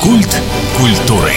Культ культуры.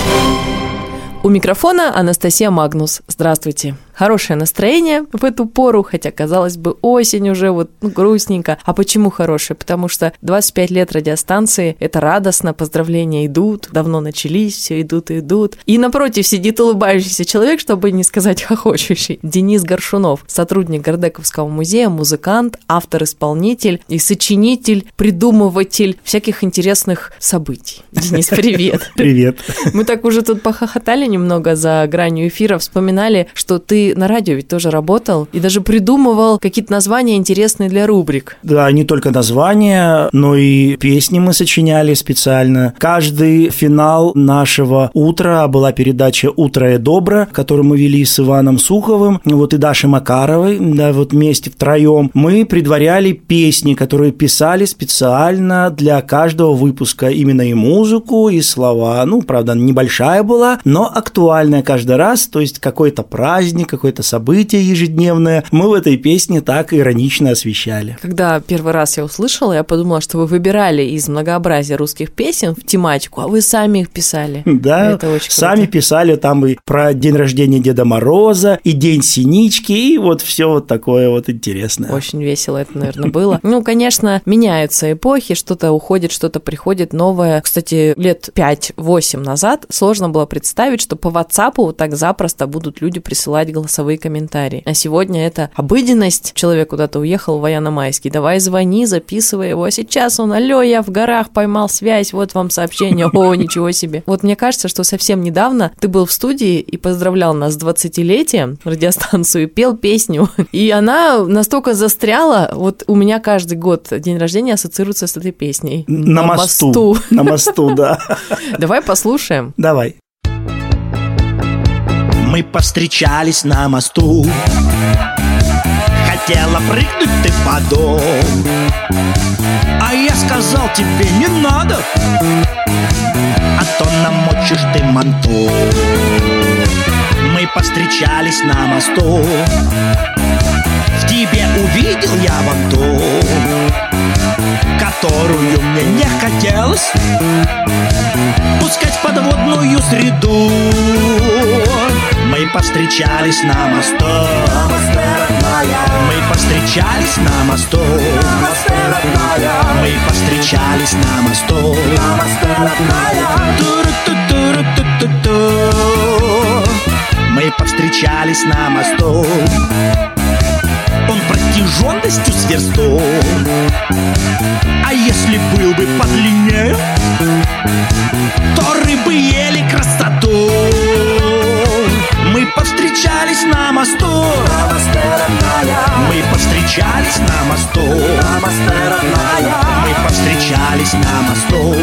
У микрофона Анастасия Магнус. Здравствуйте. Хорошее настроение в эту пору, хотя, казалось бы, осень уже, грустненько. А почему хорошее? Потому что 25 лет радиостанции – это радостно, поздравления идут, давно начались, все идут и идут. И напротив сидит улыбающийся человек, чтобы не сказать хохочущий, Денис Горшунов, сотрудник Гордековского музея, музыкант, автор-исполнитель и сочинитель, придумыватель всяких интересных событий. Денис, привет. Привет. Мы так уже тут похохотали немного за гранью эфира, вспоминали, что ты на радио ведь тоже работал и даже придумывал какие-то названия интересные для рубрик. Да, не только названия, но и песни мы сочиняли специально. Каждый финал нашего утра была передача «Утро и добро», которую мы вели с Иваном Суховым, и Дашей Макаровой, вместе втроем. Мы предваряли песни, которые писали специально для каждого выпуска, именно и музыку, и слова. Правда, небольшая была, но актуальная каждый раз, то есть какой-то праздник, какое-то событие ежедневное, мы в этой песне так иронично освещали. Когда первый раз я услышала, я подумала, что вы выбирали из многообразия русских песен в тематику, а вы сами их писали. Да, это очень сами круто. Писали там и про день рождения Деда Мороза, и День Синички, и все такое интересное. Очень весело это, наверное, было. Конечно, меняются эпохи, что-то уходит, что-то приходит новое. Кстати, лет 5-8 назад сложно было представить, что по WhatsApp так запросто будут люди присылать голосовые комментарии. А сегодня это обыденность. Человек куда-то уехал в Военно-Майский. Давай звони, записывай его. А сейчас он: алло, я в горах поймал связь, вот вам сообщение. О, ничего себе. Мне кажется, что совсем недавно ты был в студии и поздравлял нас с 20-летием радиостанцию, пел песню. И она настолько застряла. У меня каждый год день рождения ассоциируется с этой песней. На мосту. На мосту, да. Давай послушаем. Давай. Мы повстречались на мосту. Хотела прыгнуть ты в воду, а я сказал тебе не надо, а то намочишь ты манту. Мы повстречались на мосту. В тебе увидел я вот ту, которую мне не хотелось пускать в подводную среду. Мы повстречались на мосту. Мы повстречались на мосту. Мы повстречались на мосту. Мы повстречались на мосту. Он протяженностью с версту, а если был бы подлиннее, то рыбы ели красоту. Мы повстречались на мосту. Мы повстречались на мосту. Мы повстречались на мосту.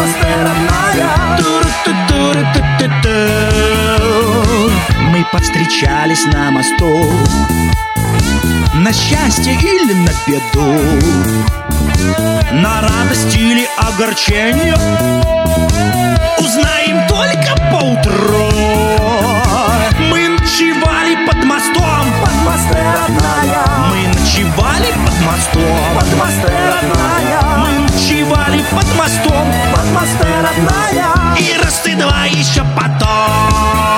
Мы повстречались на мосту. На счастье или на беду, на радость или огорчение узнаем только поутру. Мы ночевали под мостом. Мы ночевали под мостом. Мы ночевали под мостом. И раз ты два еще потом.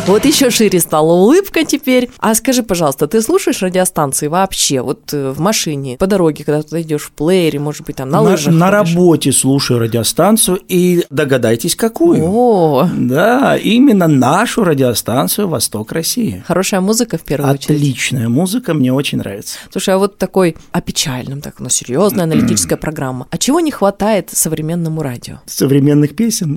Вот еще шире стала улыбка теперь. А скажи, пожалуйста, ты слушаешь радиостанции вообще? Вот в машине, по дороге, когда ты идешь в плеере, может быть, там на лыжах? На работе слушаю радиостанцию, и догадайтесь, какую? О! Да, именно нашу радиостанцию «Восток России». Хорошая музыка в первую очередь. Отличная музыка, мне очень нравится. Слушай, а вот такой о печальном, так, серьезная аналитическая программа. А чего не хватает современному радио? Современных песен.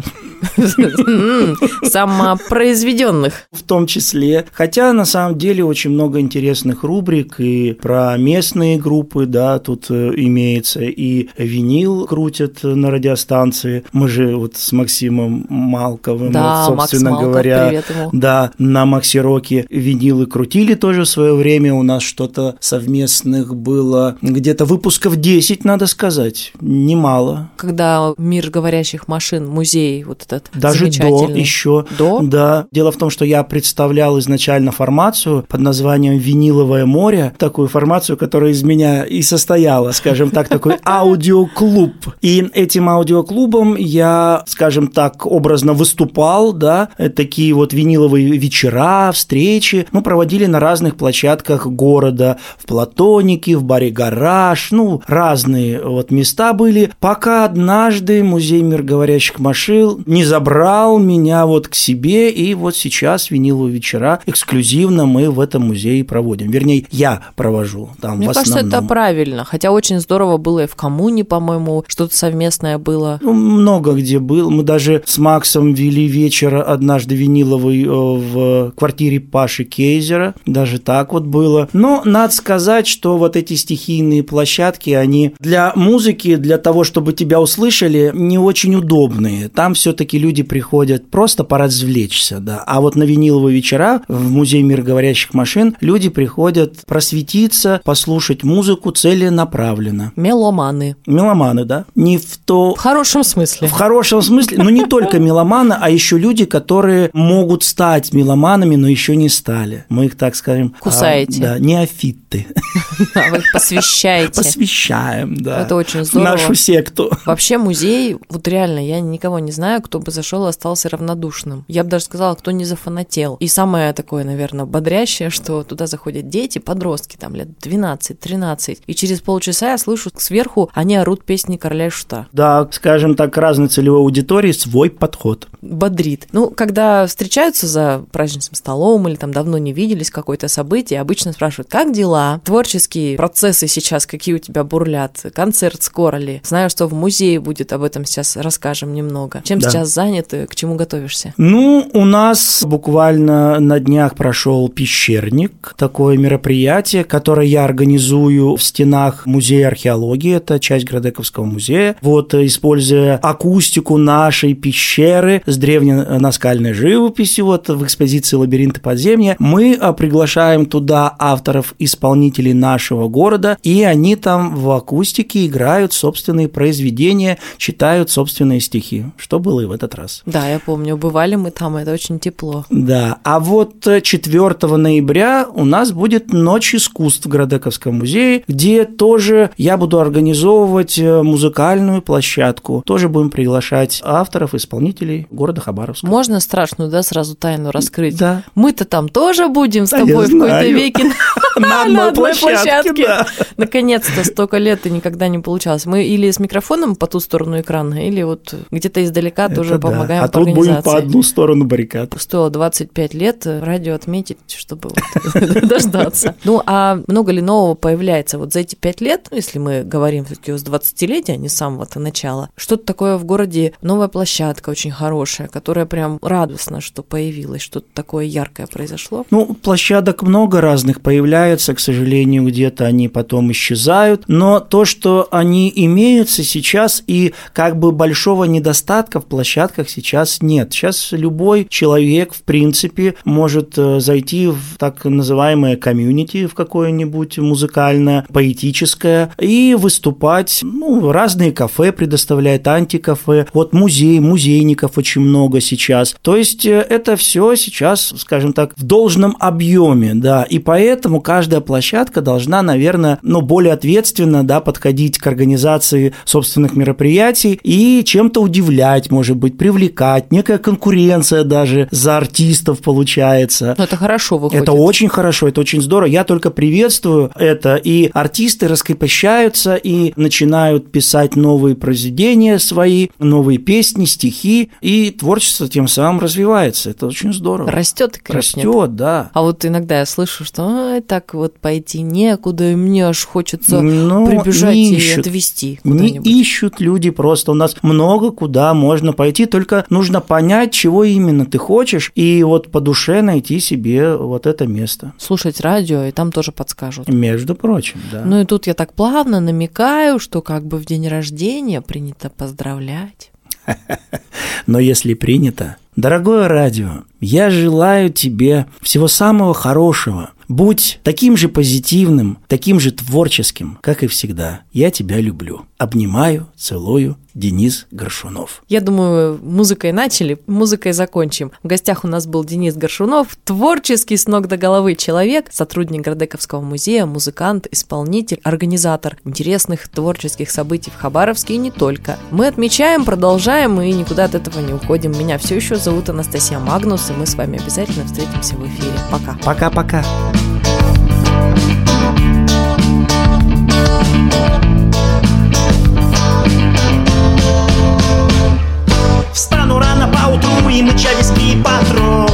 Самопроизведенных. В том числе. Хотя, на самом деле, очень много интересных рубрик и про местные группы, да, тут имеется, и винил крутят на радиостанции. Мы же вот с Максимом Малковым, да, вот, собственно Макс Малков, говоря, привет ему. Да, на Макси-Роке винилы крутили тоже в свое время. У нас что-то совместных было где-то выпусков 10, надо сказать. Немало. Когда «Мир говорящих машин», музей вот этот даже замечательный. До еще. До? Да. Дело в том, что я представлял изначально формацию под названием «Виниловое море», такую формацию, которая из меня и состояла, скажем так, такой аудиоклуб. И этим аудиоклубом я, скажем так, образно выступал, да, такие вот виниловые вечера, встречи, мы проводили на разных площадках города, в Платонике, в баре «Гараж», разные вот места были, пока однажды музей «Мир говорящих машин» не забрал меня вот к себе, и вот сейчас виниловые вечера эксклюзивно мы в этом музее проводим. Вернее, я провожу там Мне в основном. кажется, это правильно, хотя очень здорово было и в коммуне, по-моему, что-то совместное было. Много где был. Мы даже с Максом вели вечер однажды виниловый в квартире Паши Кейзера, даже так вот было. Но надо сказать, что вот эти стихийные площадки, они для музыки, для того, чтобы тебя услышали, не очень удобные. Там все-таки люди приходят просто поразвлечься, да. А вот на виниловые вечера в музей «Мир говорящих машин» люди приходят просветиться, послушать музыку целенаправленно. Меломаны. Меломаны, да. Не в то... В хорошем смысле. В хорошем смысле, но не только меломаны, а еще люди, которые могут стать меломанами, но еще не стали. Мы их, так скажем... Кусаете. Да, неофиты. А вы их посвящаете. Посвящаем, да. Это очень здорово. Нашу секту. Вообще музей, вот реально, я никого не знаю, кто бы зашел и остался равнодушным. Я бы даже сказала, кто не зафанател. И самое такое, наверное, бодрящее, что туда заходят дети, подростки, там лет 12-13, и через полчаса я слышу сверху, они орут песни Короля и Шута. Да, скажем так, разной целевой аудитории свой подход. Бодрит. Когда встречаются за праздничным столом или там давно не виделись, какое-то событие, обычно спрашивают, как дела? Творческие процессы сейчас какие у тебя бурлят? Концерт скоро ли? Знаю, что в музее будет, об этом сейчас расскажем немного. Чем сейчас заняты, к чему готовишься? У нас буквально на днях прошел «Пещерник», такое мероприятие, которое я организую в стенах музея археологии, это часть Градековского музея. Вот, используя акустику нашей пещеры с древней наскальной живописью, вот в экспозиции «Лабиринты подземья», мы приглашаем туда авторов-исполнителей нашего города, и они там в акустике играют собственные произведения, читают собственные стихи, что было и в этот раз. Да, я помню, бывали мы там, это очень тепло. Да, а вот 4 ноября у нас будет «Ночь искусств» в Градековском музее, где тоже я буду организовывать музыкальную площадку. Тоже будем приглашать авторов, исполнителей города Хабаровска. Можно страшную, сразу тайну раскрыть? Да. Мы-то там тоже будем с тобой в какой-то веке на одной площадке. Наконец-то, столько лет и никогда не получалось. Мы или с микрофоном по ту сторону экрана, или вот где-то издалека тоже помогаем по организации. А тут будем по одну сторону баррикад. Стоило 25 лет радио отметить, чтобы дождаться. А много ли нового появляется вот за эти 5 лет, если мы говорим все-таки с 20-летия, а не с самого-то начала? Что-то такое в городе, новая площадка очень хорошая, которая прям радостно, что появилась, что-то такое яркое произошло? Площадок много разных появляется, к сожалению, где-то они потом исчезают, но то, что они имеются сейчас, и как бы большого недостатка в площадках сейчас нет. Сейчас любой человек, в принципе, может зайти в так называемое комьюнити, в какое-нибудь музыкальное, поэтическое, и выступать. Разные кафе предоставляют, антикафе, вот музейников очень много сейчас. То есть это все сейчас, скажем так, в должном объеме, да, и поэтому каждая площадка площадка должна, наверное, более ответственно, да, подходить к организации собственных мероприятий и чем-то удивлять, может быть, привлекать, некая конкуренция даже за артистов получается. Но это хорошо выходит. Это очень хорошо, это очень здорово. Я только приветствую это. И артисты раскрепощаются и начинают писать новые произведения свои, новые песни, стихи, и творчество тем самым развивается. Это очень здорово. Растет и крепнет. Растет, да. А вот иногда я слышу, что так вот пойти некуда, и мне аж хочется прибежать и отвезти куда-нибудь. Не ищут люди просто. У нас много куда можно пойти, только нужно понять, чего именно ты хочешь, и вот по душе найти себе вот это место. Слушать радио, и там тоже подскажут. Между прочим, да. Ну и тут я так плавно намекаю, что как бы в день рождения принято поздравлять. Но если принято, дорогое радио, я желаю тебе всего самого хорошего. Будь таким же позитивным, таким же творческим, как и всегда. Я тебя люблю. Обнимаю, целую. Денис Горшунов. Я думаю, музыкой начали, музыкой закончим. В гостях у нас был Денис Горшунов, творческий с ног до головы человек, сотрудник Градековского музея, музыкант, исполнитель, организатор интересных творческих событий в Хабаровске и не только. Мы отмечаем, продолжаем и никуда от этого не уходим. Меня все еще зовут Анастасия Магнус, и мы с вами обязательно встретимся в эфире. Пока. Пока-пока. Встану рано поутру и мыча виски патру.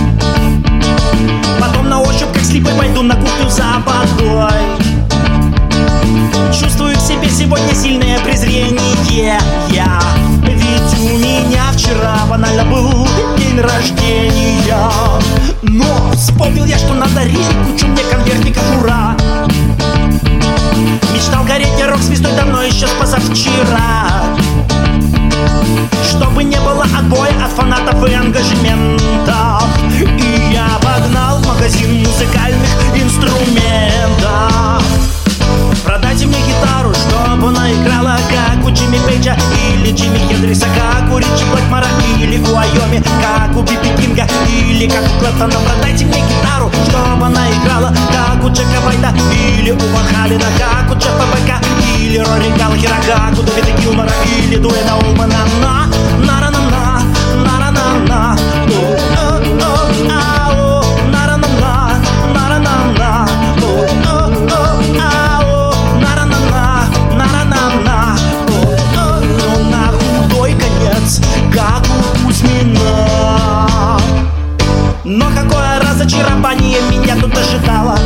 Потом на ощупь, как слепой, пойду на кухню за водой. Чувствую к себе сегодня сильное презрение. Ведь у меня вчера банально был день рождения. Но вспомнил я, что надарили кучу мне конвертиков, ура. Мечтал гореть я рок-звездой давно, еще с позавчера. Чтобы не было отбоя от фанатов и ангажементов. И я погнал в магазин музыкальных инструментов. Продайте мне гитару, чтобы она играла как у Джимми Пейджа или Джимми Хендрикса, как у Ричи Блэкмора или у Айоми, как у Би Би Кинга или как у Клэптона. Продайте мне гитару, чтобы она играла как у Джека Вайта или у Ван Халена, как у Джеффа Бека или Рори Галлахера, как у Дэвида Гилмора или Дуэйна Улмана. На-на-на-на, на-на-на-на, о-о-о-ау, на-на-на-на, на-на-на-на, о-о-о-ау, на-на-на-на, на-на-на-на, о-о-о. Ну на худой конец, как у Кузьмина. Но какое разочарование меня тут ожидало.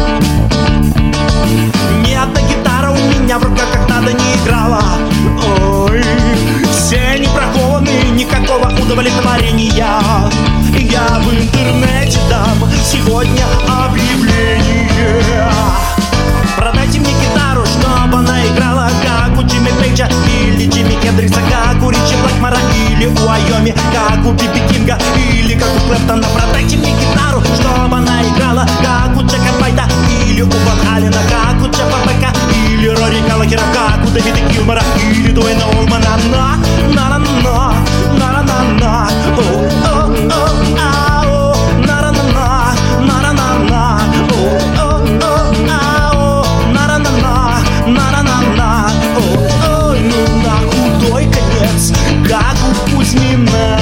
Ни одна гитара у меня в руках как надо не играла. Ой, все они бракованы, никакого удовлетворения. Я в интернете дам сегодня объявление. Продайте мне гитару, чтобы она играла как у Джимми Пейджа или Джимми Хендрикса, как у Ричи Блэкмора или у Айоми, как у Би Би Кинга или как у Клэптона. Продайте мне гитару, чтобы она играла как у Джека Вайта или у Ван Халена, как у Джеффа Бека или Рори Галлахера, как у Дэвида Гилмора или Дуэйна Улмана. На-на-на-на, на-на-на-на, о-о-о-ау, на-на-на-на, на-на-на-на, о-о-о-ау, на-на-на-на, на-на-на-на, о-о. Ну на худой конец, как у Кузьмина.